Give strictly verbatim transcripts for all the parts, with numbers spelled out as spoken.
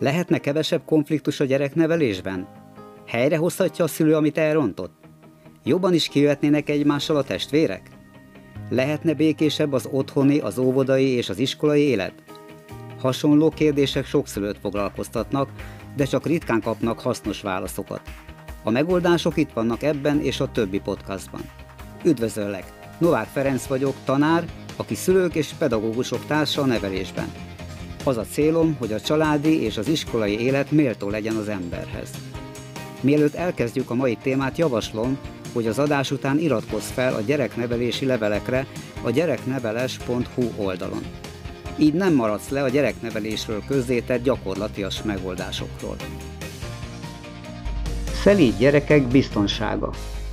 Lehetne kevesebb konfliktus a gyereknevelésben? Helyrehozhatja a szülő, amit elrontott? Jobban is kijöhetnének egymással a testvérek? Lehetne békésebb az otthoni, az óvodai és az iskolai élet? Hasonló kérdések sok szülőt foglalkoztatnak, de csak ritkán kapnak hasznos válaszokat. A megoldások itt vannak ebben és a többi podcastban. Üdvözöllek! Novák Ferenc vagyok, tanár, aki szülők és pedagógusok társa a nevelésben. Az a célom, hogy a családi és az iskolai élet méltó legyen az emberhez. Mielőtt elkezdjük a mai témát, javaslom, hogy az adás után iratkozz fel a gyereknevelési levelekre a gyerekneveles pont hu oldalon. Így nem maradsz le a gyereknevelésről közzétett gyakorlatias megoldásokról. Szelíd gyerekek biztonsága.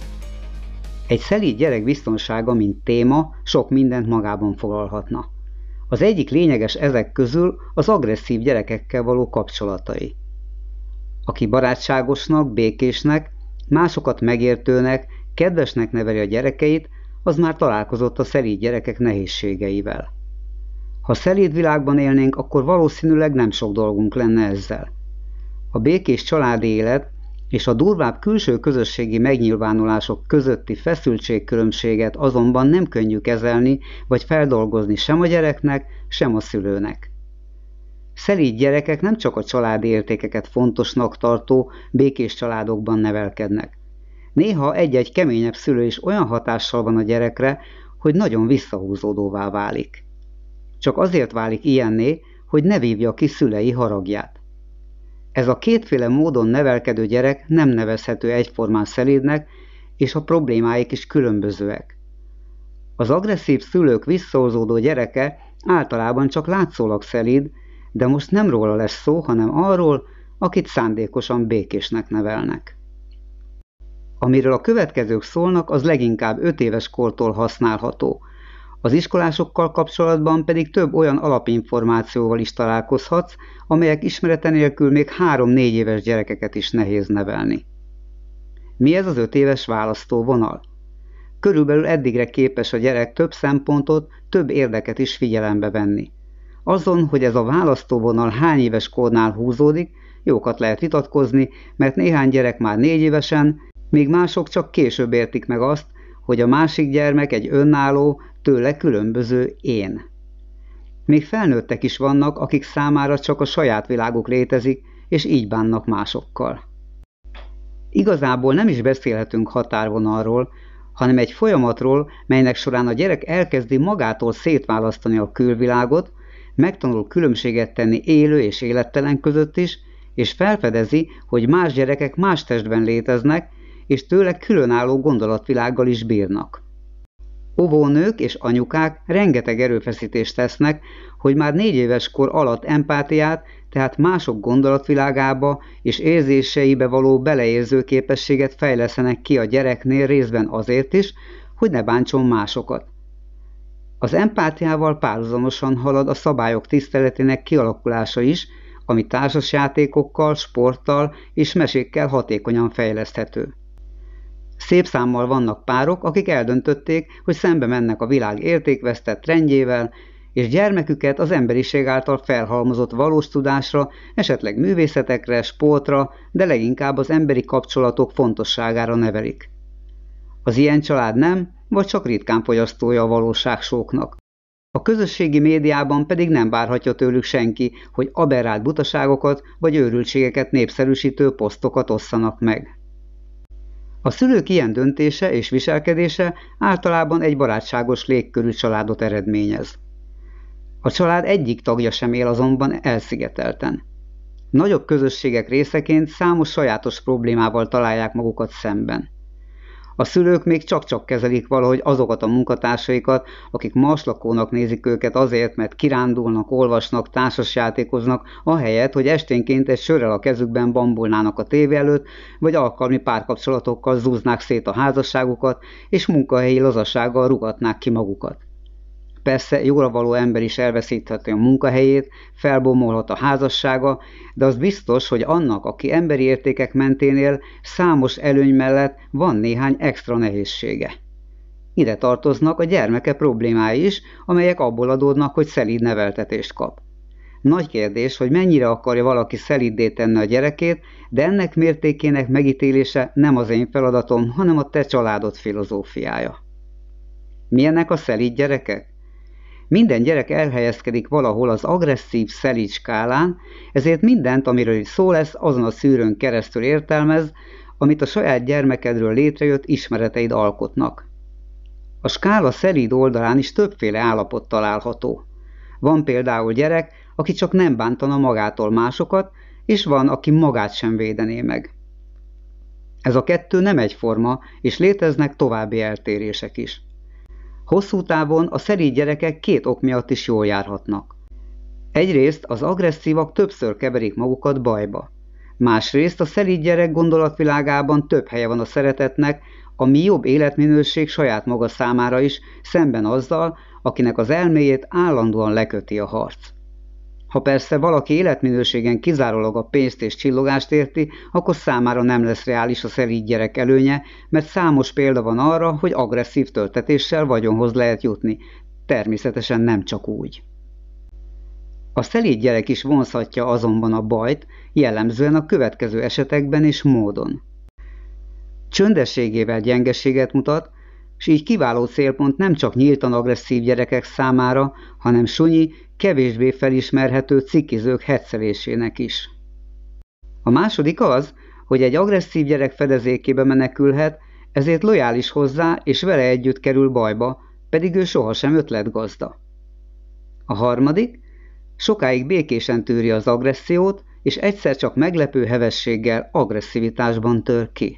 Egy szelíd gyerek biztonsága, mint téma, sok mindent magában foglalhatna. Az egyik lényeges ezek közül az agresszív gyerekekkel való kapcsolatai. Aki barátságosnak, békésnek, másokat megértőnek, kedvesnek neveli a gyerekeit, az már találkozott a szelíd gyerekek nehézségeivel. Ha szelíd világban élnénk, akkor valószínűleg nem sok dolgunk lenne ezzel. A békés családi élet és a durvább külső közösségi megnyilvánulások közötti feszültségkülönbséget azonban nem könnyű kezelni vagy feldolgozni sem a gyereknek, sem a szülőnek. Szelíd gyerekek nem csak a családi értékeket fontosnak tartó, békés családokban nevelkednek. Néha egy-egy keményebb szülő is olyan hatással van a gyerekre, hogy nagyon visszahúzódóvá válik. Csak azért válik ilyenné, hogy ne vívja ki szülei haragját. Ez a kétféle módon nevelkedő gyerek nem nevezhető egyformán szelídnek, és a problémáik is különbözőek. Az agresszív szülők visszahúzódó gyereke általában csak látszólag szelíd, de most nem róla lesz szó, hanem arról, akit szándékosan békésnek nevelnek. Amiről a következők szólnak, az leginkább öt éves kortól használható. Az iskolásokkal kapcsolatban pedig több olyan alapinformációval is találkozhatsz, amelyek ismerete nélkül még három-négy éves gyerekeket is nehéz nevelni. Mi ez az öt éves választóvonal? Körülbelül eddigre képes a gyerek több szempontot, több érdeket is figyelembe venni. Azon, hogy ez a választóvonal hány éves kornál húzódik, jókat lehet vitatkozni, mert néhány gyerek már négy évesen, míg mások csak később értik meg azt, hogy a másik gyermek egy önálló, tőle különböző én. Még felnőttek is vannak, akik számára csak a saját világuk létezik, és így bánnak másokkal. Igazából nem is beszélhetünk határvonalról, hanem egy folyamatról, melynek során a gyerek elkezdi magától szétválasztani a külvilágot, megtanul különbséget tenni élő és élettelen között is, és felfedezi, hogy más gyerekek más testben léteznek, és tőle különálló gondolatvilággal is bírnak. Óvónők és anyukák rengeteg erőfeszítést tesznek, hogy már négy éves kor alatt empátiát, tehát mások gondolatvilágába és érzéseibe való beleérző képességet fejlesztenek ki a gyereknél részben azért is, hogy ne bántson másokat. Az empátiával párhuzamosan halad a szabályok tiszteletének kialakulása is, ami társasjátékokkal, sporttal és mesékkel hatékonyan fejleszthető. Szép számmal vannak párok, akik eldöntötték, hogy szembe mennek a világ értékvesztett trendjével, és gyermeküket az emberiség által felhalmozott valós tudásra, esetleg művészetekre, sportra, de leginkább az emberi kapcsolatok fontosságára nevelik. Az ilyen család nem, vagy csak ritkán fogyasztója a valóságsóknak. A közösségi médiában pedig nem várhatja tőlük senki, hogy aberrált butaságokat vagy őrültségeket népszerűsítő posztokat osszanak meg. A szülők ilyen döntése és viselkedése általában egy barátságos légkörű családot eredményez. A család egyik tagja sem él azonban elszigetelten. Nagyobb közösségek részeként számos sajátos problémával találják magukat szemben. A szülők még csak-csak kezelik valahogy azokat a munkatársaikat, akik marslakónak nézik őket azért, mert kirándulnak, olvasnak, társasjátékoznak, ahelyett, hogy esténként egy sörrel a kezükben bambulnának a tévé előtt, vagy alkalmi párkapcsolatokkal zúznák szét a házasságukat, és munkahelyi lazasággal rugatnák ki magukat. Persze jóra való ember is elveszítheti a munkahelyét, felbomolhat a házassága, de az biztos, hogy annak, aki emberi értékek mentén él, számos előny mellett van néhány extra nehézsége. Ide tartoznak a gyermeke problémái is, amelyek abból adódnak, hogy szelíd neveltetést kap. Nagy kérdés, hogy mennyire akarja valaki szeliddé tenni a gyerekét, de ennek mértékének megítélése nem az én feladatom, hanem a te családod filozófiája. Milyenek a szelíd gyerekek? Minden gyerek elhelyezkedik valahol az agresszív szelíd skálán, ezért mindent, amiről is szó lesz, azon a szűrőn keresztül értelmez, amit a saját gyermekedről létrejött ismereteid alkotnak. A skála szelíd oldalán is többféle állapot található. Van például gyerek, aki csak nem bántana magától másokat, és van, aki magát sem védené meg. Ez a kettő nem egyforma, és léteznek további eltérések is. Hosszú távon a szelíd gyerekek két ok miatt is jól járhatnak. Egyrészt az agresszívak többször keverik magukat bajba. Másrészt a szelíd gyerek gondolatvilágában több helye van a szeretetnek, ami jobb életminőség saját maga számára is, szemben azzal, akinek az elméjét állandóan leköti a harc. Ha persze valaki életminőségen kizárólag a pénzt és csillogást érti, akkor számára nem lesz reális a szelíd gyerek előnye, mert számos példa van arra, hogy agresszív töltetéssel vagyonhoz lehet jutni. Természetesen nem csak úgy. A szelíd gyerek is vonzhatja azonban a bajt, jellemzően a következő esetekben és módon. Csöndességével gyengeséget mutat, s így kiváló célpont nem csak nyíltan agresszív gyerekek számára, hanem sunyi, kevésbé felismerhető cikkizők heccelésének is. A második az, hogy egy agresszív gyerek fedezékébe menekülhet, ezért lojális hozzá és vele együtt kerül bajba, pedig ő sohasem ötletgazda. A harmadik, sokáig békésen tűri az agressziót, és egyszer csak meglepő hevességgel agresszivitásban tör ki.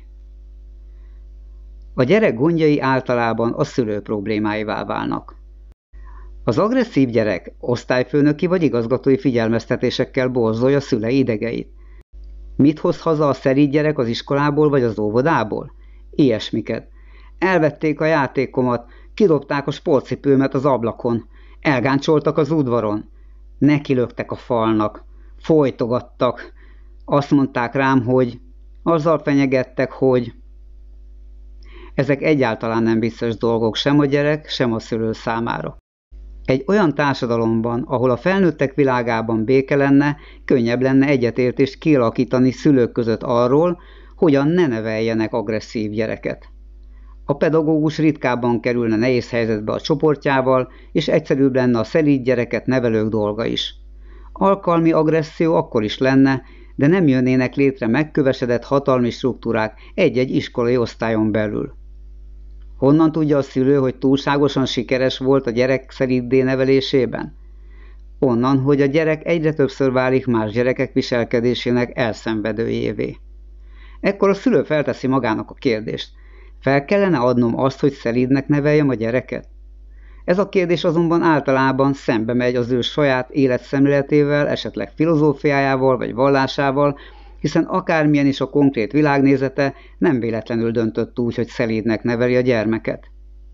A gyerek gondjai általában a szülő problémáivá válnak. Az agresszív gyerek osztályfőnöki vagy igazgatói figyelmeztetésekkel borzolja szülei idegeit. Mit hoz haza a szelíd gyerek az iskolából vagy az óvodából? Ilyesmiket. Elvették a játékomat, kidobták a sportcipőmet az ablakon, elgáncsoltak az udvaron, nekilöktek a falnak, folytogattak, azt mondták rám, hogy azzal fenyegettek, hogy... Ezek egyáltalán nem biztos dolgok sem a gyerek, sem a szülő számára. Egy olyan társadalomban, ahol a felnőttek világában béke lenne, könnyebb lenne egyetértést kialakítani szülők között arról, hogyan ne neveljenek agresszív gyereket. A pedagógus ritkábban kerülne nehéz helyzetbe a csoportjával, és egyszerűbb lenne a szelíd gyereket nevelők dolga is. Alkalmi agresszió akkor is lenne, de nem jönnének létre megkövesedett hatalmi struktúrák egy-egy iskolai osztályon belül. Honnan tudja a szülő, hogy túlságosan sikeres volt a gyerek szelíddé nevelésében? Onnan, hogy a gyerek egyre többször válik más gyerekek viselkedésének elszenvedőjévé. Ekkor a szülő felteszi magának a kérdést: fel kellene adnom azt, hogy szelídnek neveljem a gyereket? Ez a kérdés azonban általában szembe megy az ő saját életszemléletével, esetleg filozófiájával vagy vallásával, hiszen akármilyen is a konkrét világnézete, nem véletlenül döntött úgy, hogy szelídnek neveli a gyermeket.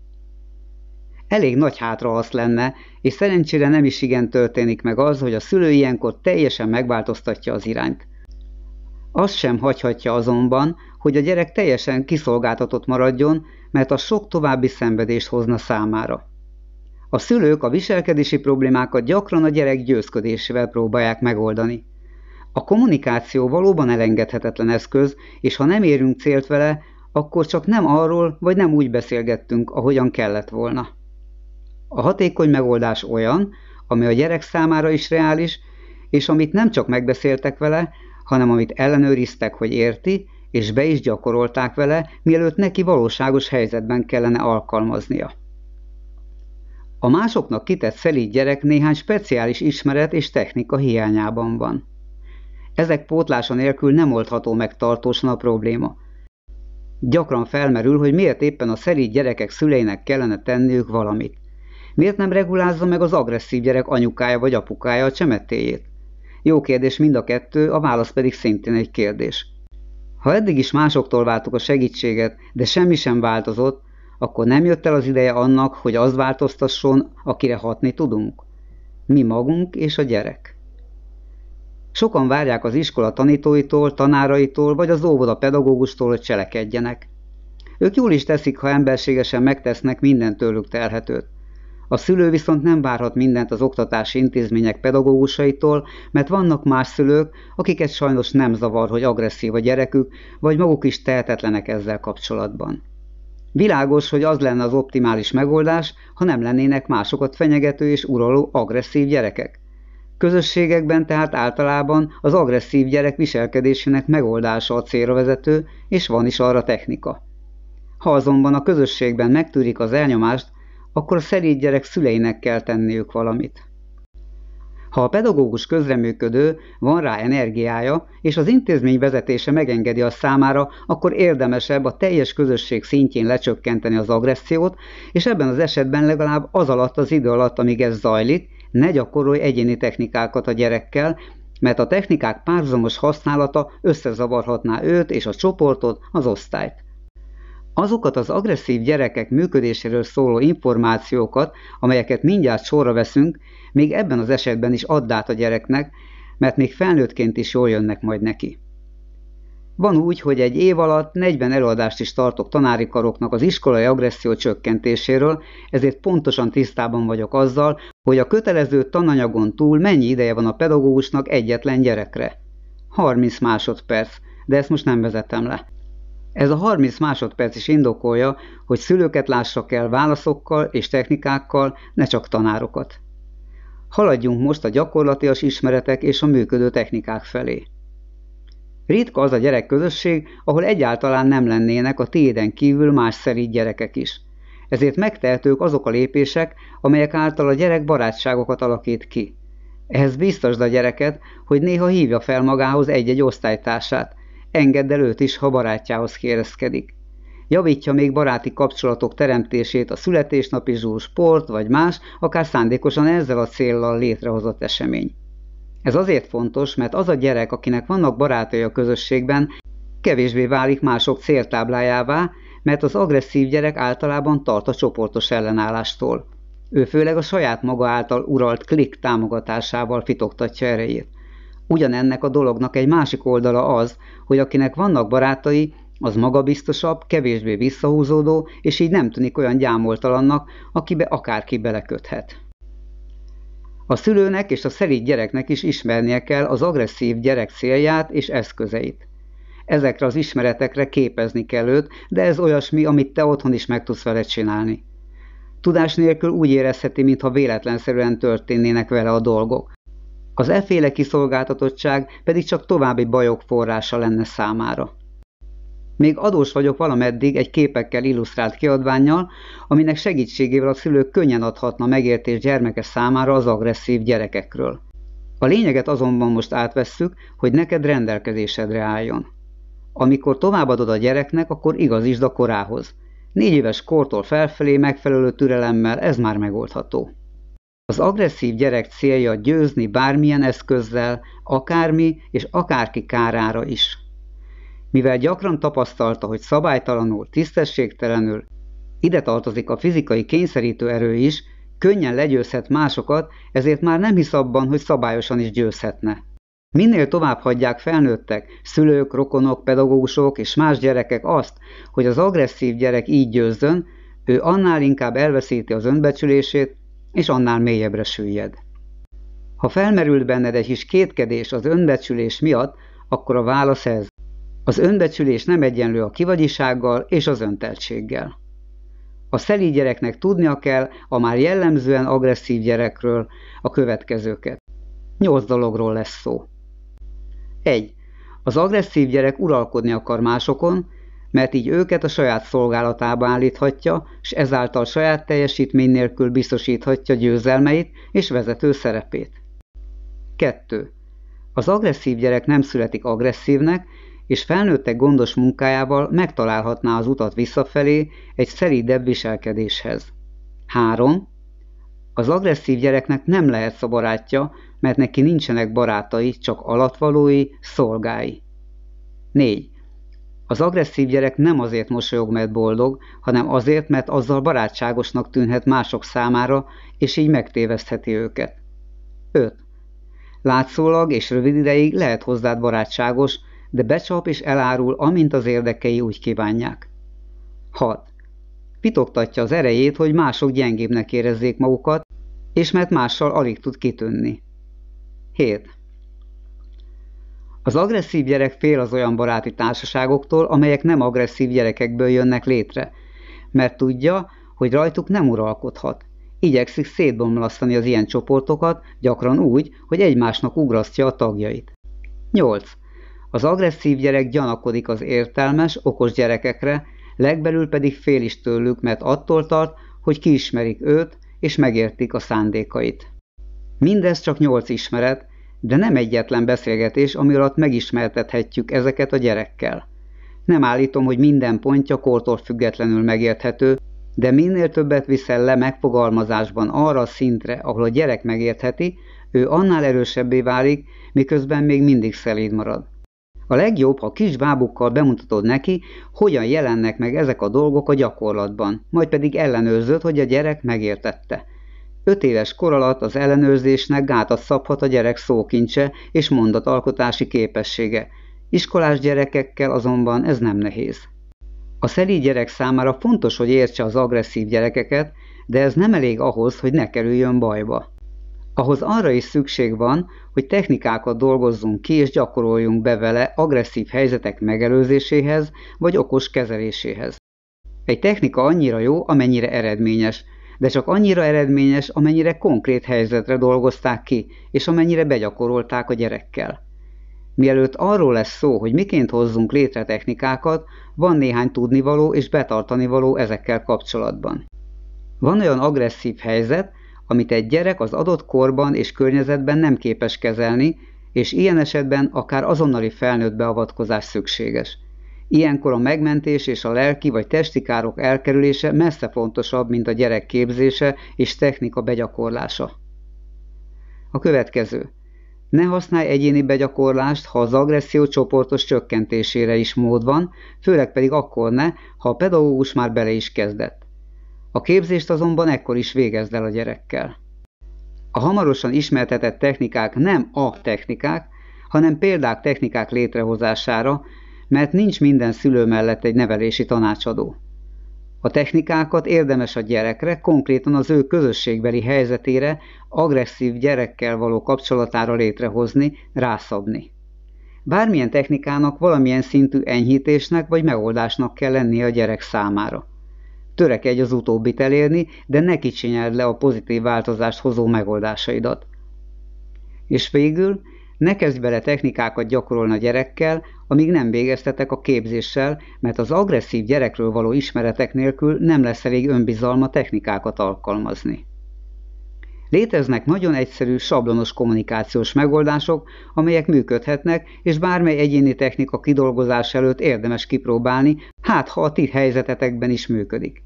Elég nagy hátra az lenne, és szerencsére nem is igen történik meg az, hogy a szülő ilyenkor teljesen megváltoztatja az irányt. Azt sem hagyhatja azonban, hogy a gyerek teljesen kiszolgáltatott maradjon, mert a sok további szenvedést hozna számára. A szülők a viselkedési problémákat gyakran a gyerek győzködésével próbálják megoldani. A kommunikáció valóban elengedhetetlen eszköz, és ha nem érünk célt vele, akkor csak nem arról, vagy nem úgy beszélgettünk, ahogyan kellett volna. A hatékony megoldás olyan, ami a gyerek számára is reális, és amit nem csak megbeszéltek vele, hanem amit ellenőriztek, hogy érti, és be is gyakorolták vele, mielőtt neki valóságos helyzetben kellene alkalmaznia. A másoknak kitett szelíd gyerek néhány speciális ismeret és technika hiányában van. Ezek pótlása nélkül nem oldható meg tartósan a probléma. Gyakran felmerül, hogy miért éppen a szelíd gyerekek szüleinek kellene tenniük valamit. Miért nem regulázza meg az agresszív gyerek anyukája vagy apukája a csemetéjét? Jó kérdés mind a kettő, a válasz pedig szintén egy kérdés. Ha eddig is másoktól vártuk a segítséget, de semmi sem változott, akkor nem jött el az ideje annak, hogy az változtasson, akire hatni tudunk? Mi magunk és a gyerek. Sokan várják az iskola tanítóitól, tanáraitól vagy az óvoda pedagógustól, hogy cselekedjenek. Ők jól is teszik, ha emberségesen megtesznek minden tőlük telhetőt. A szülő viszont nem várhat mindent az oktatási intézmények pedagógusaitól, mert vannak más szülők, akiket sajnos nem zavar, hogy agresszív a gyerekük, vagy maguk is tehetetlenek ezzel kapcsolatban. Világos, hogy az lenne az optimális megoldás, ha nem lennének másokat fenyegető és uraló agresszív gyerekek. Közösségekben tehát általában az agresszív gyerek viselkedésének megoldása a célra vezető, és van is arra technika. Ha azonban a közösségben megtűrik az elnyomást, akkor a szelíd gyerek szüleinek kell tenniük valamit. Ha a pedagógus közreműködő, van rá energiája, és az intézmény vezetése megengedi a számára, akkor érdemesebb a teljes közösség szintjén lecsökkenteni az agressziót, és ebben az esetben legalább az alatt az idő alatt, amíg ez zajlik, ne gyakorolj egyéni technikákat a gyerekkel, mert a technikák párhuzamos használata összezavarhatná őt és a csoportot, az osztályt. Azokat az agresszív gyerekek működéséről szóló információkat, amelyeket mindjárt sorra veszünk, még ebben az esetben is add át a gyereknek, mert még felnőttként is jól jönnek majd neki. Van úgy, hogy egy év alatt negyven előadást is tartok tanári karoknak az iskolai agresszió csökkentéséről, ezért pontosan tisztában vagyok azzal, hogy a kötelező tananyagon túl mennyi ideje van a pedagógusnak egyetlen gyerekre. harminc másodperc, de ezt most nem vezetem le. Ez a harminc másodperc is indokolja, hogy szülőket lássak el válaszokkal és technikákkal, ne csak tanárokat. Haladjunk most a gyakorlatias ismeretek és a működő technikák felé. Ritka az a gyerekközösség, ahol egyáltalán nem lennének a tiéden kívül más szelíd gyerekek is. Ezért megtehetők azok a lépések, amelyek által a gyerek barátságokat alakít ki. Ehhez biztasd a gyereket, hogy néha hívja fel magához egy-egy osztálytársát, engedd el őt is, ha barátjához kérezkedik. Javítja még baráti kapcsolatok teremtését a születésnapi zsúr, sport vagy más, akár szándékosan ezzel a céllal létrehozott esemény. Ez azért fontos, mert az a gyerek, akinek vannak barátai a közösségben, kevésbé válik mások céltáblájává, mert az agresszív gyerek általában tart a csoportos ellenállástól. Ő főleg a saját maga által uralt klik támogatásával fitoktatja erejét. Ugyanennek a dolognak egy másik oldala az, hogy akinek vannak barátai, az magabiztosabb, kevésbé visszahúzódó, és így nem tűnik olyan gyámoltalannak, akibe akárki beleköthet. A szülőnek és a szelíd gyereknek is ismernie kell az agresszív gyerek célját és eszközeit. Ezekre az ismeretekre képezni kell őt, de ez olyasmi, amit te otthon is meg tudsz vele csinálni. Tudás nélkül úgy érezheti, mintha véletlenszerűen történnének vele a dolgok. Az efféle kiszolgáltatottság pedig csak további bajok forrása lenne számára. Még adós vagyok valameddig egy képekkel illusztrált kiadvánnyal, aminek segítségével a szülők könnyen adhatna megértést gyermeke számára az agresszív gyerekekről. A lényeget azonban most átvesszük, hogy neked rendelkezésedre álljon. Amikor továbbadod a gyereknek, akkor igazítsd a korához. Négy éves kortól felfelé megfelelő türelemmel ez már megoldható. Az agresszív gyerek célja győzni bármilyen eszközzel, akármi és akárki kárára is. Mivel gyakran tapasztalta, hogy szabálytalanul, tisztességtelenül, ide tartozik a fizikai kényszerítő erő is, könnyen legyőzhet másokat, ezért már nem hisz abban, hogy szabályosan is győzhetne. Minél tovább hagyják felnőttek, szülők, rokonok, pedagógusok és más gyerekek azt, hogy az agresszív gyerek így győzzön, ő annál inkább elveszíti az önbecsülését, és annál mélyebbre süllyed. Ha felmerült benned egy kis kétkedés az önbecsülés miatt, akkor a válasz ez. Az önbecsülés nem egyenlő a kivagyisággal és az önteltséggel. A szelíd gyereknek tudnia kell a már jellemzően agresszív gyerekről a következőket. Nyolc dologról lesz szó. egy. Az agresszív gyerek uralkodni akar másokon, mert így őket a saját szolgálatába állíthatja, és ezáltal saját teljesítmény nélkül biztosíthatja győzelmeit és vezető szerepét. kettő. Az agresszív gyerek nem születik agresszívnek, és felnőttek gondos munkájával megtalálhatná az utat visszafelé egy szelídebb viselkedéshez. három. Az agresszív gyereknek nem lehetsz a barátja, mert neki nincsenek barátai, csak alattvalói, szolgái. négy. Az agresszív gyerek nem azért mosolyog, mert boldog, hanem azért, mert azzal barátságosnak tűnhet mások számára, és így megtévesztheti őket. öt. Látszólag és rövid ideig lehet hozzád barátságos, de becsap és elárul, amint az érdekei úgy kívánják. hat. pitogtatja az erejét, hogy mások gyengébbnek érezzék magukat, és mert mással alig tud kitűnni. hét. Az agresszív gyerek fél az olyan baráti társaságoktól, amelyek nem agresszív gyerekekből jönnek létre, mert tudja, hogy rajtuk nem uralkodhat. Igyekszik szétbomlasztani az ilyen csoportokat, gyakran úgy, hogy egymásnak ugrasztja a tagjait. nyolc. Az agresszív gyerek gyanakodik az értelmes, okos gyerekekre, legbelül pedig fél is tőlük, mert attól tart, hogy kiismerik őt, és megértik a szándékait. Mindez csak nyolc ismeret, de nem egyetlen beszélgetés, ami alatt megismertethetjük ezeket a gyerekkel. Nem állítom, hogy minden pontja kortól függetlenül megérthető, de minél többet viszel le megfogalmazásban arra a szintre, ahol a gyerek megértheti, ő annál erősebbé válik, miközben még mindig szelíd marad. A legjobb, ha kis bábukkal bemutatod neki, hogyan jelennek meg ezek a dolgok a gyakorlatban, majd pedig ellenőrzöd, hogy a gyerek megértette. Öt éves kor alatt az ellenőrzésnek gátat szabhat a gyerek szókincse és mondatalkotási képessége. Iskolás gyerekekkel azonban ez nem nehéz. A szelíd gyerek számára fontos, hogy értse az agresszív gyerekeket, de ez nem elég ahhoz, hogy ne kerüljön bajba. Ahhoz arra is szükség van, hogy technikákat dolgozzunk ki és gyakoroljunk be vele agresszív helyzetek megelőzéséhez vagy okos kezeléséhez. Egy technika annyira jó, amennyire eredményes, de csak annyira eredményes, amennyire konkrét helyzetre dolgozták ki, és amennyire begyakorolták a gyerekkel. Mielőtt arról lesz szó, hogy miként hozzunk létre technikákat, van néhány tudnivaló és betartanivaló ezekkel kapcsolatban. Van olyan agresszív helyzet, amit egy gyerek az adott korban és környezetben nem képes kezelni, és ilyen esetben akár azonnali felnőtt beavatkozás szükséges. Ilyenkor a megmentés és a lelki vagy testi károk elkerülése messze fontosabb, mint a gyerek képzése és technika begyakorlása. A következő. Ne használj egyéni begyakorlást, ha az agresszió csoportos csökkentésére is mód van, főleg pedig akkor ne, ha a pedagógus már bele is kezdett. A képzést azonban ekkor is végezd el a gyerekkel. A hamarosan ismertetett technikák nem a technikák, hanem példák technikák létrehozására, mert nincs minden szülő mellett egy nevelési tanácsadó. A technikákat érdemes a gyerekre, konkrétan az ő közösségbeli helyzetére, agresszív gyerekkel való kapcsolatára létrehozni, rászabni. Bármilyen technikának valamilyen szintű enyhítésnek vagy megoldásnak kell lennie a gyerek számára. Törekedj az utóbbit elérni, de ne kicsinyeld le a pozitív változást hozó megoldásaidat. És végül, ne kezdj bele technikákat gyakorolni a gyerekkel, amíg nem végeztetek a képzéssel, mert az agresszív gyerekről való ismeretek nélkül nem lesz elég önbizalma technikákat alkalmazni. Léteznek nagyon egyszerű, sablonos kommunikációs megoldások, amelyek működhetnek, és bármely egyéni technika kidolgozás előtt érdemes kipróbálni, hát ha a ti helyzetetekben is működik.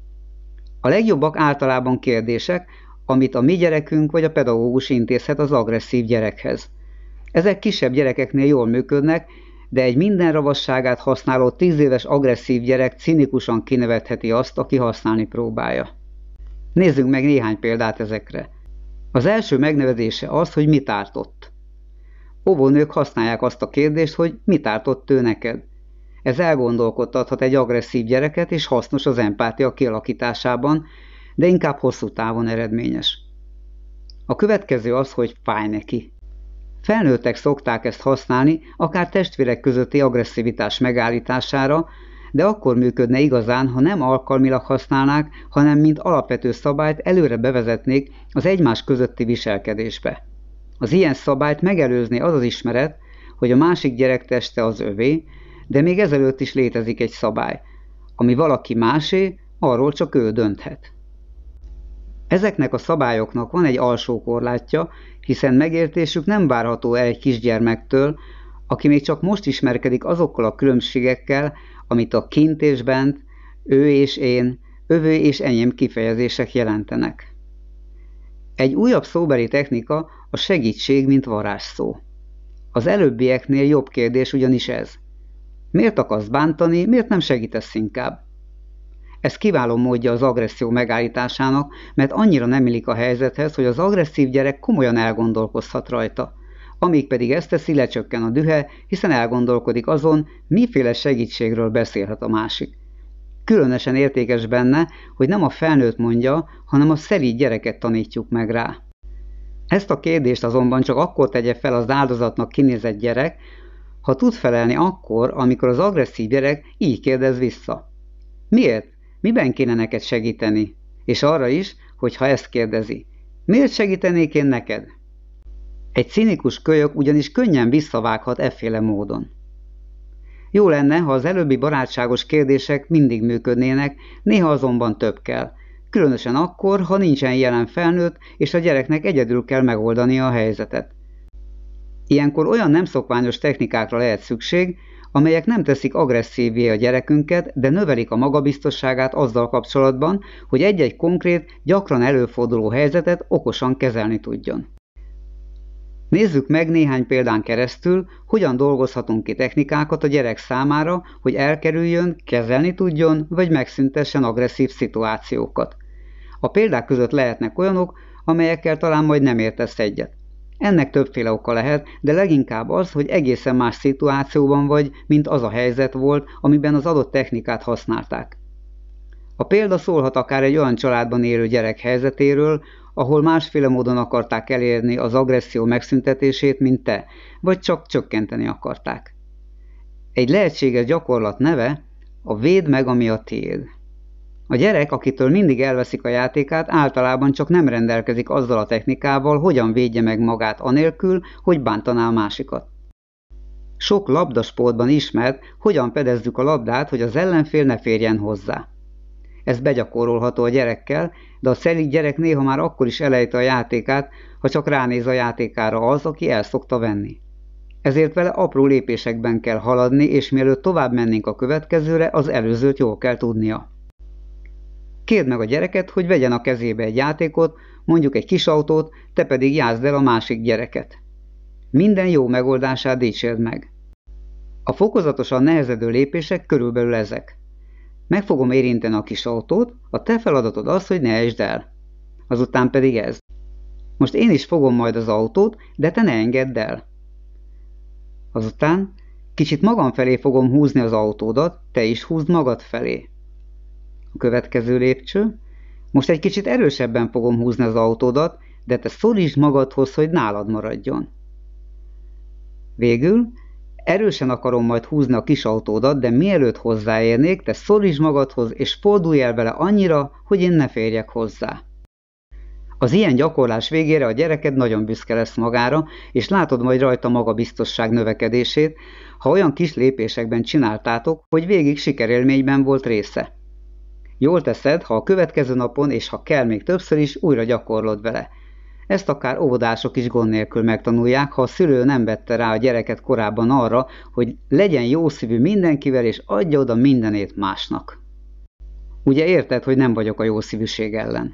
A legjobbak általában kérdések, amit a mi gyerekünk vagy a pedagógus intézhet az agresszív gyerekhez. Ezek kisebb gyerekeknél jól működnek, de egy minden ravasságát használó tíz éves agresszív gyerek cinikusan kinevetheti azt, aki használni próbálja. Nézzünk meg néhány példát ezekre. Az első megnevezése az, hogy mit ártott. Óvónők használják azt a kérdést, hogy mit ártott ő neked. Ez elgondolkodtathat egy agresszív gyereket, és hasznos az empátia kialakításában, de inkább hosszú távon eredményes. A következő az, hogy fáj neki. Felnőttek szokták ezt használni, akár testvérek közötti agresszivitás megállítására, de akkor működne igazán, ha nem alkalmilag használnák, hanem mint alapvető szabályt előre bevezetnék az egymás közötti viselkedésbe. Az ilyen szabályt megelőzné az az ismeret, hogy a másik gyerek teste az övé, de még ezelőtt is létezik egy szabály. Ami valaki másé, arról csak ő dönthet. Ezeknek a szabályoknak van egy alsó korlátja, hiszen megértésük nem várható el egy kisgyermektől, aki még csak most ismerkedik azokkal a különbségekkel, amit a kint és bent, ő és én, övő és enyém kifejezések jelentenek. Egy újabb szóbeli technika a segítség, mint varázsszó. Az előbbieknél jobb kérdés ugyanis ez. Miért akarsz bántani, miért nem segítesz inkább? Ez kiváló módja az agresszió megállításának, mert annyira nem illik a helyzethez, hogy az agresszív gyerek komolyan elgondolkozhat rajta. Amíg pedig ezt teszi, lecsökken a dühe, hiszen elgondolkodik azon, miféle segítségről beszélhet a másik. Különösen értékes benne, hogy nem a felnőtt mondja, hanem a szelíd gyereket tanítjuk meg rá. Ezt a kérdést azonban csak akkor tegye fel az áldozatnak kinézett gyerek, ha tud felelni akkor, amikor az agresszív gyerek így kérdez vissza. Miért? Miben kéne neked segíteni? És arra is, hogy ha ezt kérdezi. Miért segítenék én neked? Egy cinikus kölyök ugyanis könnyen visszavághat efféle módon. Jó lenne, ha az előbbi barátságos kérdések mindig működnének, néha azonban több kell. Különösen akkor, ha nincsen jelen felnőtt, és a gyereknek egyedül kell megoldania a helyzetet. Ilyenkor olyan nem szokványos technikákra lehet szükség, amelyek nem teszik agresszívvé a gyerekünket, de növelik a magabiztosságát azzal kapcsolatban, hogy egy-egy konkrét, gyakran előforduló helyzetet okosan kezelni tudjon. Nézzük meg néhány példán keresztül, hogyan dolgozhatunk ki technikákat a gyerek számára, hogy elkerüljön, kezelni tudjon, vagy megszüntessen agresszív szituációkat. A példák között lehetnek olyanok, amelyekkel talán majd nem értesz egyet. Ennek többféle oka lehet, de leginkább az, hogy egészen más szituációban vagy, mint az a helyzet volt, amiben az adott technikát használták. A példa szólhat akár egy olyan családban élő gyerek helyzetéről, ahol másféle módon akarták elérni az agresszió megszüntetését, mint te, vagy csak csökkenteni akarták. Egy lehetséges gyakorlat neve a védd meg, ami a tiéd. A gyerek, akitől mindig elveszik a játékát, általában csak nem rendelkezik azzal a technikával, hogyan védje meg magát anélkül, hogy bántaná a másikat. Sok labdasportban ismert, hogyan fedezzük a labdát, hogy az ellenfél ne férjen hozzá. Ez begyakorolható a gyerekkel, de a szelíd gyerek néha már akkor is elejti a játékát, ha csak ránéz a játékára az, aki el szokta venni. Ezért vele apró lépésekben kell haladni, és mielőtt tovább mennénk a következőre, az előzőt jól kell tudnia. Kérd meg a gyereket, hogy vegyen a kezébe egy játékot, mondjuk egy kis autót, te pedig játszd el a másik gyereket. Minden jó megoldását dicsérd meg. A fokozatosan nehezedő lépések körülbelül ezek. Meg fogom érinteni a kis autót, a te feladatod az, hogy ne esd el. Azután pedig ez. Most én is fogom majd az autót, de te ne engedd el. Azután kicsit magam felé fogom húzni az autódat, te is húzd magad felé. A következő lépcső. Most egy kicsit erősebben fogom húzni az autódat, de te szorítsd magadhoz, hogy nálad maradjon. Végül erősen akarom majd húzni a kis autódat, de mielőtt hozzáérnék, te szorítsd magadhoz, és fordulj el vele annyira, hogy én ne férjek hozzá. Az ilyen gyakorlás végére a gyereked nagyon büszke lesz magára, és látod majd rajta magabiztosság növekedését, ha olyan kis lépésekben csináltátok, hogy végig sikerélményben volt része. Jól teszed, ha a következő napon, és ha kell még többször is, újra gyakorlod vele. Ezt akár óvodások is gond nélkül megtanulják, ha a szülő nem vette rá a gyereket korábban arra, hogy legyen jószívű mindenkivel, és adja oda mindenét másnak. Ugye érted, hogy nem vagyok a jószívűség ellen.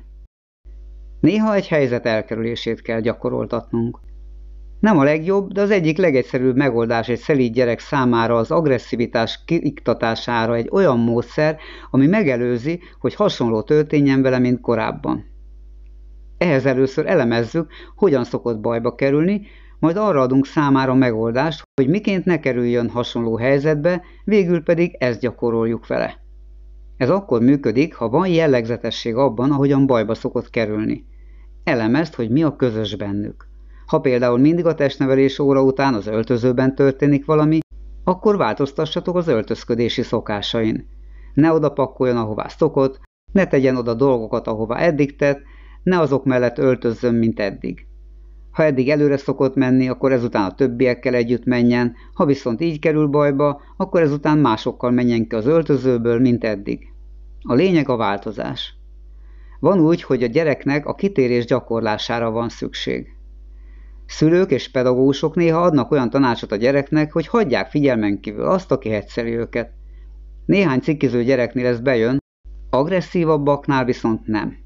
Néha egy helyzet elkerülését kell gyakoroltatnunk. Nem a legjobb, de az egyik legegyszerűbb megoldás egy szelíd gyerek számára az agresszivitás kiiktatására egy olyan módszer, ami megelőzi, hogy hasonló történjen vele, mint korábban. Ehhez először elemezzük, hogyan szokott bajba kerülni, majd arra adunk számára megoldást, hogy miként ne kerüljön hasonló helyzetbe, végül pedig ezt gyakoroljuk vele. Ez akkor működik, ha van jellegzetesség abban, ahogyan bajba szokott kerülni. Elemezd, hogy mi a közös bennük. Ha például mindig a testnevelés óra után az öltözőben történik valami, akkor változtassatok az öltözködési szokásain. Ne oda pakkoljon, ahová szokott, ne tegyen oda dolgokat, ahová eddig tett, ne azok mellett öltözzön, mint eddig. Ha eddig előre szokott menni, akkor ezután a többiekkel együtt menjen, ha viszont így kerül bajba, akkor ezután másokkal menjen ki az öltözőből, mint eddig. A lényeg a változás. Van úgy, hogy a gyereknek a kitérés gyakorlására van szükség. Szülők és pedagógusok néha adnak olyan tanácsot a gyereknek, hogy hagyják figyelmen kívül azt, aki hegyszeli őket. Néhány cikkiző gyereknél ez bejön, agresszívabbaknál viszont nem.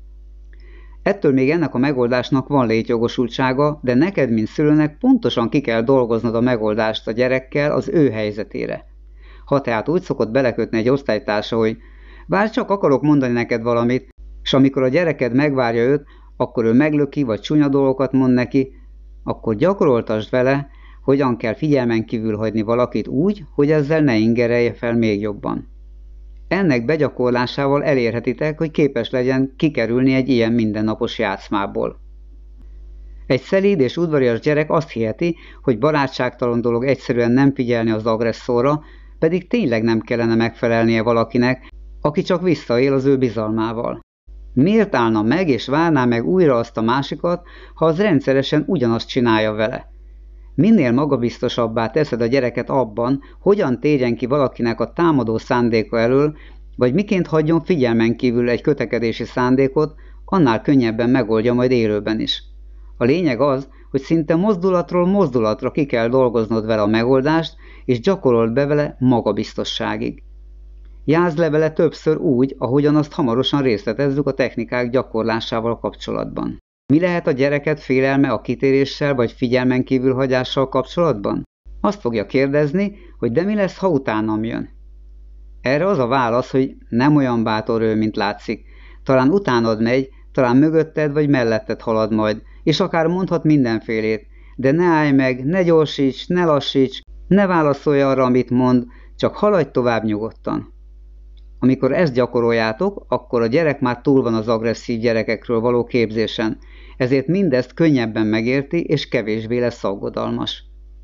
Ettől még ennek a megoldásnak van létjogosultsága, de neked, mint szülőnek pontosan ki kell dolgoznod a megoldást a gyerekkel az ő helyzetére. Ha tehát úgy szokott belekötni egy osztálytársa, hogy bár csak akarok mondani neked valamit, és amikor a gyereked megvárja őt, akkor ő meglöki vagy csúnya dolgokat mond neki, akkor gyakoroltasd vele, hogyan kell figyelmen kívül hagyni valakit úgy, hogy ezzel ne ingerelje fel még jobban. Ennek begyakorlásával elérhetitek, hogy képes legyen kikerülni egy ilyen mindennapos játszmából. Egy szelíd és udvarias gyerek azt hiheti, hogy barátságtalan dolog egyszerűen nem figyelni az agresszorra, pedig tényleg nem kellene megfelelnie valakinek, aki csak visszaél az ő bizalmával. Miért állna meg és várná meg újra azt a másikat, ha az rendszeresen ugyanazt csinálja vele? Minél magabiztosabbá teszed a gyereket abban, hogyan térjen ki valakinek a támadó szándéka elől, vagy miként hagyjon figyelmen kívül egy kötekedési szándékot, annál könnyebben megoldja majd élőben is. A lényeg az, hogy szinte mozdulatról mozdulatra ki kell dolgoznod vele a megoldást, és gyakorold be vele magabiztosságig. Játszd le vele többször úgy, ahogyan azt hamarosan részletezzük a technikák gyakorlásával kapcsolatban. Mi lehet a gyereket félelme a kitéréssel vagy figyelmen kívül hagyással kapcsolatban? Azt fogja kérdezni, hogy de mi lesz, ha utánam jön? Erre az a válasz, hogy nem olyan bátor ő, mint látszik. Talán utánad megy, talán mögötted vagy melletted halad majd, és akár mondhat mindenfélét, de ne állj meg, ne gyorsíts, ne lassíts, ne válaszolj arra, amit mond, csak haladj tovább nyugodtan. Amikor ezt gyakoroljátok, akkor a gyerek már túl van az agresszív gyerekekről való képzésen, ezért mindezt könnyebben megérti és kevésbé lesz aggodalmas.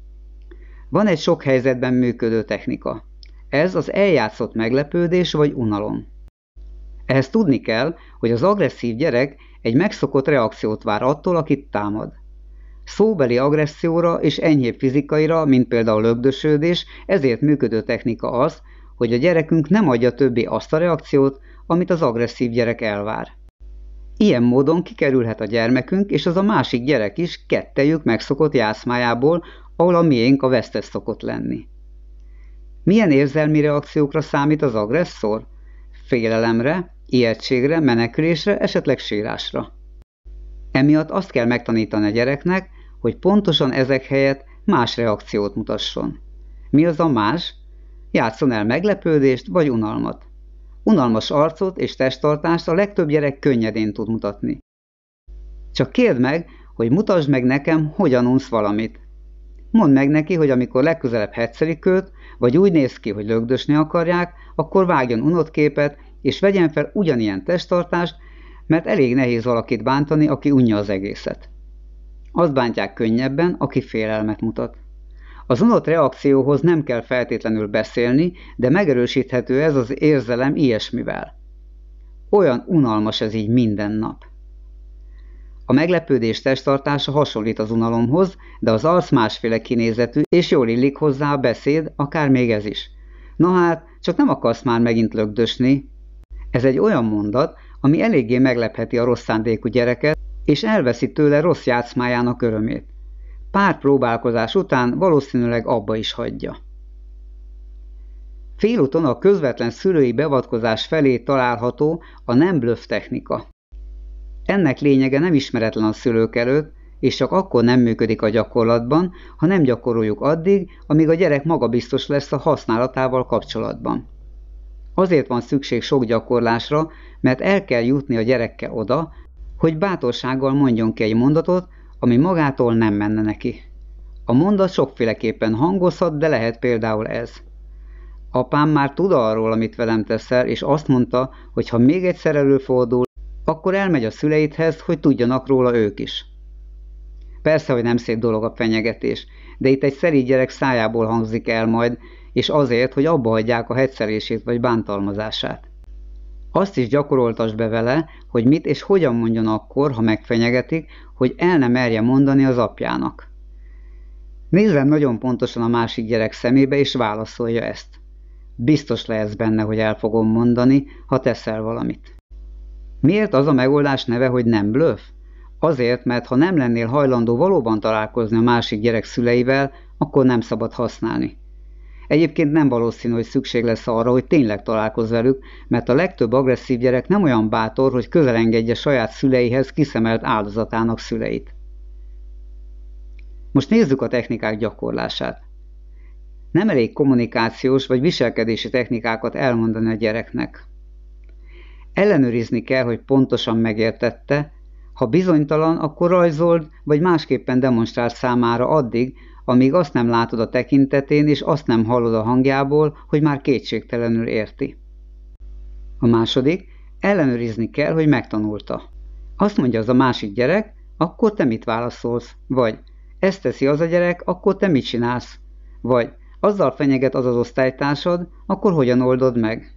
Van egy sok helyzetben működő technika. Ez az eljátszott meglepődés vagy unalom. Ehhez tudni kell, hogy az agresszív gyerek egy megszokott reakciót vár attól, akit támad. Szóbeli agresszióra és enyhébb fizikaira, mint például lögdösödés, ezért működő technika az, hogy a gyerekünk nem adja többé azt a reakciót, amit az agresszív gyerek elvár. Ilyen módon kikerülhet a gyermekünk és az a másik gyerek is kettejük megszokott játszmájából, ahol a miénk a vesztes szokott lenni. Milyen érzelmi reakciókra számít az agresszor? Félelemre, ijegységre, menekülésre, esetleg sírásra. Emiatt azt kell megtanítani a gyereknek, hogy pontosan ezek helyett más reakciót mutasson. Mi az a más? Játsszon el meglepődést vagy unalmat. Unalmas arcot és testtartást a legtöbb gyerek könnyedén tud mutatni. Csak kérd meg, hogy mutasd meg nekem, hogyan unsz valamit. Mondd meg neki, hogy amikor legközelebb hetszelik őt, vagy úgy néz ki, hogy lögdösni akarják, akkor vágjon unott képet, és vegyen fel ugyanilyen testtartást, mert elég nehéz valakit bántani, aki unja az egészet. Azt bántják könnyebben, aki félelmet mutat. Az unott reakcióhoz nem kell feltétlenül beszélni, de megerősíthető ez az érzelem ilyesmivel. Olyan unalmas ez így minden nap. A meglepődés testtartása hasonlít az unalomhoz, de az arc másféle kinézetű, és jól illik hozzá a beszéd, akár még ez is. Na hát, csak nem akarsz már megint lögdösni. Ez egy olyan mondat, ami eléggé meglepheti a rossz szándékú gyereket, és elveszi tőle rossz játszmájának örömét. Pár próbálkozás után valószínűleg abba is hagyja. Félúton a közvetlen szülői beavatkozás felé található a nem blöff technika. Ennek lényege nem ismeretlen a szülők előtt, és csak akkor nem működik a gyakorlatban, ha nem gyakoroljuk addig, amíg a gyerek magabiztos lesz a használatával kapcsolatban. Azért van szükség sok gyakorlásra, mert el kell jutni a gyerekkel oda, hogy bátorsággal mondjon ki egy mondatot, ami magától nem menne neki. A mondat sokféleképpen hangozhat, de lehet például ez. Apám már tud arról, amit velem teszel, és azt mondta, hogy ha még egyszer előfordul, akkor elmegy a szüleidhez, hogy tudjanak róla ők is. Persze, hogy nem szép dolog a fenyegetés, de itt egy szelíd gyerek szájából hangzik el majd, és azért, hogy abba hagyják a hetszelését vagy bántalmazását. Azt is gyakoroltasd be vele, hogy mit és hogyan mondjon akkor, ha megfenyegetik, hogy el ne merje mondani az apjának. Nézzen nagyon pontosan a másik gyerek szemébe, és válaszolja ezt. Biztos lehetsz benne, hogy el fogom mondani, ha teszel valamit. Miért az a megoldás neve, hogy nem blöff? Azért, mert ha nem lennél hajlandó valóban találkozni a másik gyerek szüleivel, akkor nem szabad használni. Egyébként nem valószínű, hogy szükség lesz arra, hogy tényleg találkozz velük, mert a legtöbb agresszív gyerek nem olyan bátor, hogy közelengedje saját szüleihez kiszemelt áldozatának szüleit. Most nézzük a technikák gyakorlását. Nem elég kommunikációs vagy viselkedési technikákat elmondani a gyereknek. Ellenőrizni kell, hogy pontosan megértette, ha bizonytalan, akkor rajzold, vagy másképpen demonstráld számára addig, amíg azt nem látod a tekintetén, és azt nem hallod a hangjából, hogy már kétségtelenül érti. A második, ellenőrizni kell, hogy megtanulta. Azt mondja az a másik gyerek, akkor te mit válaszolsz? Vagy ezt teszi az a gyerek, akkor te mit csinálsz? Vagy azzal fenyeget az az osztálytársad, akkor hogyan oldod meg?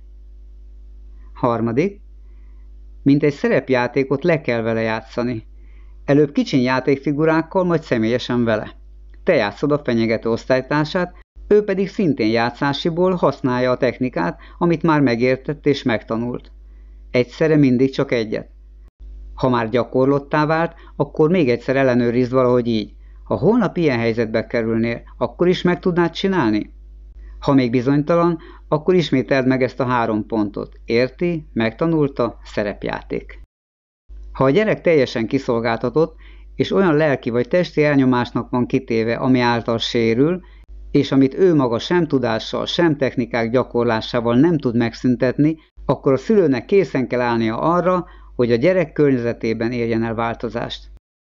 Harmadik, mint egy szerepjátékot le kell vele játszani. Előbb kicsin játékfigurákkal, majd személyesen vele. Te játszod a fenyegető osztálytársát, ő pedig szintén játszásiból használja a technikát, amit már megértett és megtanult. Egyszerre mindig csak egyet. Ha már gyakorlottá vált, akkor még egyszer ellenőrizd valahogy így. Ha holnap ilyen helyzetbe kerülnél, akkor is meg tudnád csinálni? Ha még bizonytalan, akkor ismételd meg ezt a három pontot. Érti, megtanulta, szerepjáték. Ha a gyerek teljesen kiszolgáltatott, és olyan lelki vagy testi elnyomásnak van kitéve, ami által sérül, és amit ő maga sem tudással, sem technikák gyakorlásával nem tud megszüntetni, akkor a szülőnek készen kell állnia arra, hogy a gyerek környezetében érjen el változást.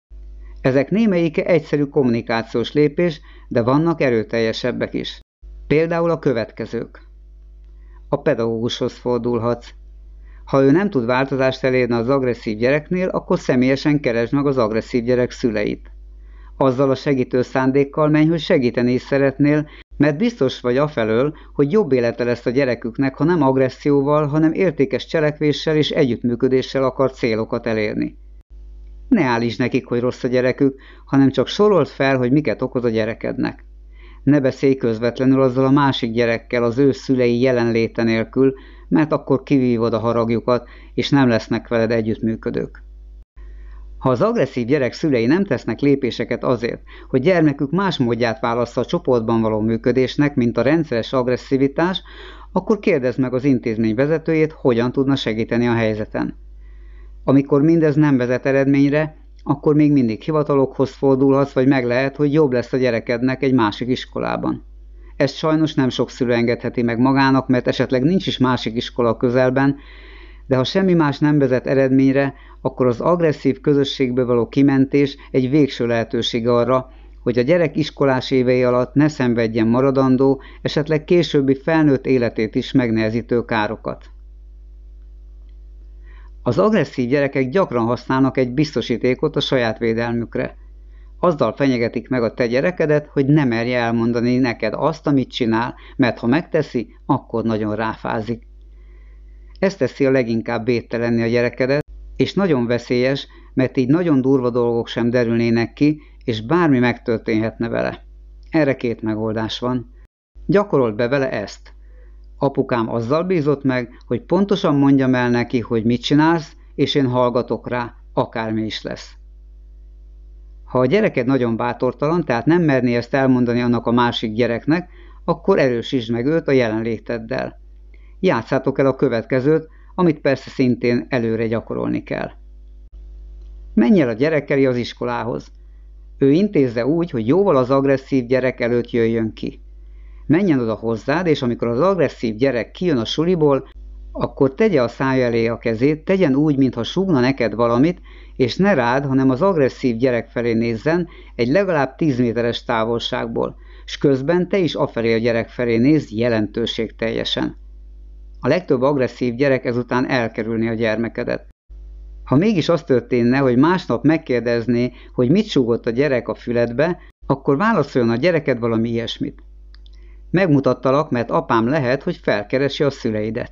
Ezek némelyike egyszerű kommunikációs lépés, de vannak erőteljesebbek is. Például a következők. A pedagógushoz fordulhatsz. Ha ő nem tud változást elérni az agresszív gyereknél, akkor személyesen keresd meg az agresszív gyerek szüleit. Azzal a segítő szándékkal menj, hogy segíteni is szeretnél, mert biztos vagy afelől, hogy jobb élete lesz a gyereküknek, ha nem agresszióval, hanem értékes cselekvéssel és együttműködéssel akar célokat elérni. Ne állítsd nekik, hogy rossz a gyerekük, hanem csak sorold fel, hogy miket okoz a gyerekednek. Ne beszélj közvetlenül azzal a másik gyerekkel az ő szülei jelenléte nélkül, mert akkor kivívod a haragjukat, és nem lesznek veled együttműködők. Ha az agresszív gyerek szülei nem tesznek lépéseket azért, hogy gyermekük más módját válassza a csoportban való működésnek, mint a rendszeres agresszivitás, akkor kérdezd meg az intézmény vezetőjét, hogyan tudna segíteni a helyzeten. Amikor mindez nem vezet eredményre, akkor még mindig hivatalokhoz fordulhatsz, vagy meg lehet, hogy jobb lesz a gyerekednek egy másik iskolában. Ezt sajnos nem sok szülő engedheti meg magának, mert esetleg nincs is másik iskola a közelben, de ha semmi más nem vezet eredményre, akkor az agresszív közösségből való kimentés egy végső lehetőség arra, hogy a gyerek iskolás évei alatt ne szenvedjen maradandó, esetleg későbbi felnőtt életét is megnehezítő károkat. Az agresszív gyerekek gyakran használnak egy biztosítékot a saját védelmükre. Azzal fenyegetik meg a te gyerekedet, hogy ne merje elmondani neked azt, amit csinál, mert ha megteszi, akkor nagyon ráfázik. Ez teszi a leginkább védtelenni a gyerekedet, és nagyon veszélyes, mert így nagyon durva dolgok sem derülnének ki, és bármi megtörténhetne vele. Erre két megoldás van. Gyakorold be vele ezt. Apukám azzal bízott meg, hogy pontosan mondjam el neki, hogy mit csinálsz, és én hallgatok rá, akármi is lesz. Ha a gyereked nagyon bátortalan, tehát nem merné ezt elmondani annak a másik gyereknek, akkor erősítsd meg őt a jelenléteddel. Játszátok el a következőt, amit persze szintén előre gyakorolni kell. Menj el a gyerekkel az iskolához. Ő intézze úgy, hogy jóval az agresszív gyerek előtt jöjjön ki. Menjen oda hozzád, és amikor az agresszív gyerek kijön a suliból, akkor tegye a szája elé a kezét, tegyen úgy, mintha súgna neked valamit, és ne rád, hanem az agresszív gyerek felé nézzen egy legalább tíz méteres távolságból, s közben te is afelé a gyerek felé nézz jelentőségteljesen. A legtöbb agresszív gyerek ezután elkerülni a gyermekedet. Ha mégis az történne, hogy másnap megkérdezné, hogy mit súgott a gyerek a füledbe, akkor válaszoljon a gyereked valami ilyesmit. Megmutattalak, mert apám lehet, hogy felkeresi a szüleidet.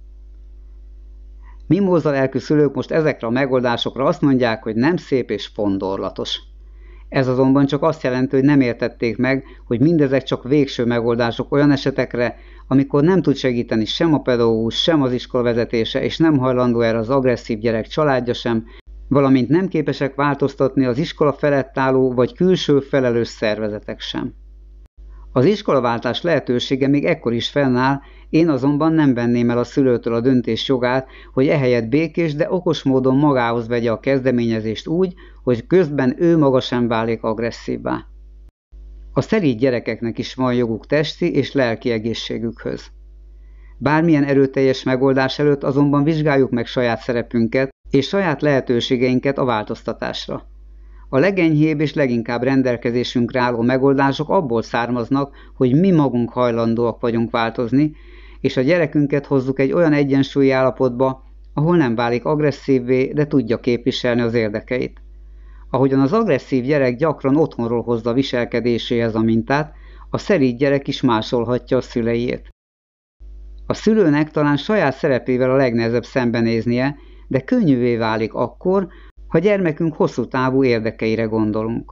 Mimóza lelkű szülők most ezekre a megoldásokra azt mondják, hogy nem szép és fondorlatos. Ez azonban csak azt jelenti, hogy nem értették meg, hogy mindezek csak végső megoldások olyan esetekre, amikor nem tud segíteni sem a pedagógus, sem az iskola vezetése, és nem hajlandó erre az agresszív gyerek családja sem, valamint nem képesek változtatni az iskola felett álló vagy külső felelős szervezetek sem. Az iskolaváltás lehetősége még ekkor is fennáll, én azonban nem venném el a szülőtől a döntés jogát, hogy ehelyett békés, de okos módon magához vegye a kezdeményezést úgy, hogy közben ő maga sem válik agresszívvá. A szelíd gyerekeknek is van joguk testi és lelki egészségükhöz. Bármilyen erőteljes megoldás előtt azonban vizsgáljuk meg saját szerepünket és saját lehetőségeinket a változtatásra. A legenyhébb és leginkább rendelkezésünkre álló megoldások abból származnak, hogy mi magunk hajlandóak vagyunk változni, és a gyerekünket hozzuk egy olyan egyensúlyi állapotba, ahol nem válik agresszívvé, de tudja képviselni az érdekeit. Ahogyan az agresszív gyerek gyakran otthonról hozza viselkedéséhez a mintát, a szelíd gyerek is másolhatja a szüleiét. A szülőnek talán saját szerepével a legnehezebb szembenéznie, de könnyűvé válik akkor, ha gyermekünk hosszú távú érdekeire gondolunk.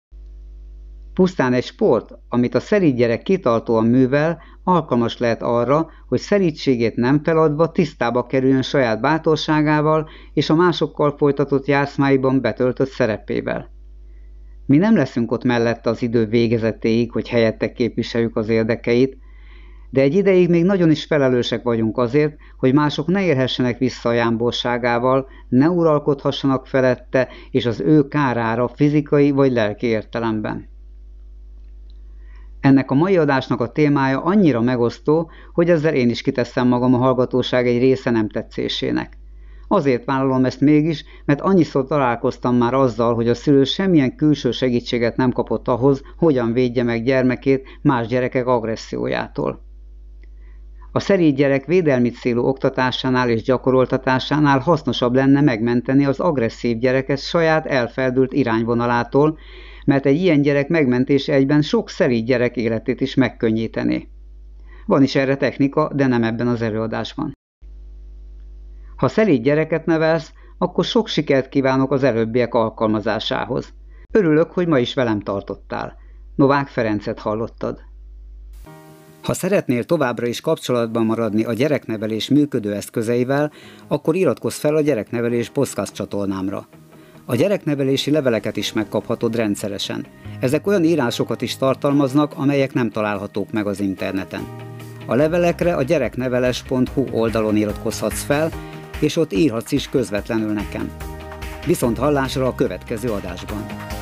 Pusztán egy sport, amit a szelíd gyerek kitartóan művel, alkalmas lehet arra, hogy szelídségét nem feladva tisztába kerüljön saját bátorságával és a másokkal folytatott játszmáiban betöltött szerepével. Mi nem leszünk ott mellette az idő végezetéig, hogy helyette képviseljük az érdekeit, de egy ideig még nagyon is felelősek vagyunk azért, hogy mások ne érhessenek vissza a jámborságával, ne uralkodhassanak felette és az ő kárára fizikai vagy lelki értelemben. Ennek a mai adásnak a témája annyira megosztó, hogy ezzel én is kiteszem magam a hallgatóság egy része nem tetszésének. Azért vállalom ezt mégis, mert annyiszor találkoztam már azzal, hogy a szülő semmilyen külső segítséget nem kapott ahhoz, hogyan védje meg gyermekét más gyerekek agressziójától. A szelíd gyerek védelmi célú oktatásánál és gyakoroltatásánál hasznosabb lenne megmenteni az agresszív gyereket saját elfeldült irányvonalától, mert egy ilyen gyerek megmentése egyben sok szelíd gyerek életét is megkönnyítené. Van is erre technika, de nem ebben az előadásban. Ha szelíd gyereket nevelsz, akkor sok sikert kívánok az előbbiek alkalmazásához. Örülök, hogy ma is velem tartottál. Novák Ferencet hallottad. Ha szeretnél továbbra is kapcsolatban maradni a gyereknevelés működő eszközeivel, akkor iratkozz fel a Gyereknevelés podcast csatornámra. A gyereknevelési leveleket is megkaphatod rendszeresen. Ezek olyan írásokat is tartalmaznak, amelyek nem találhatók meg az interneten. A levelekre a gyerekneveles pont hu oldalon iratkozhatsz fel, és ott írhatsz is közvetlenül nekem. Viszont hallásra a következő adásban.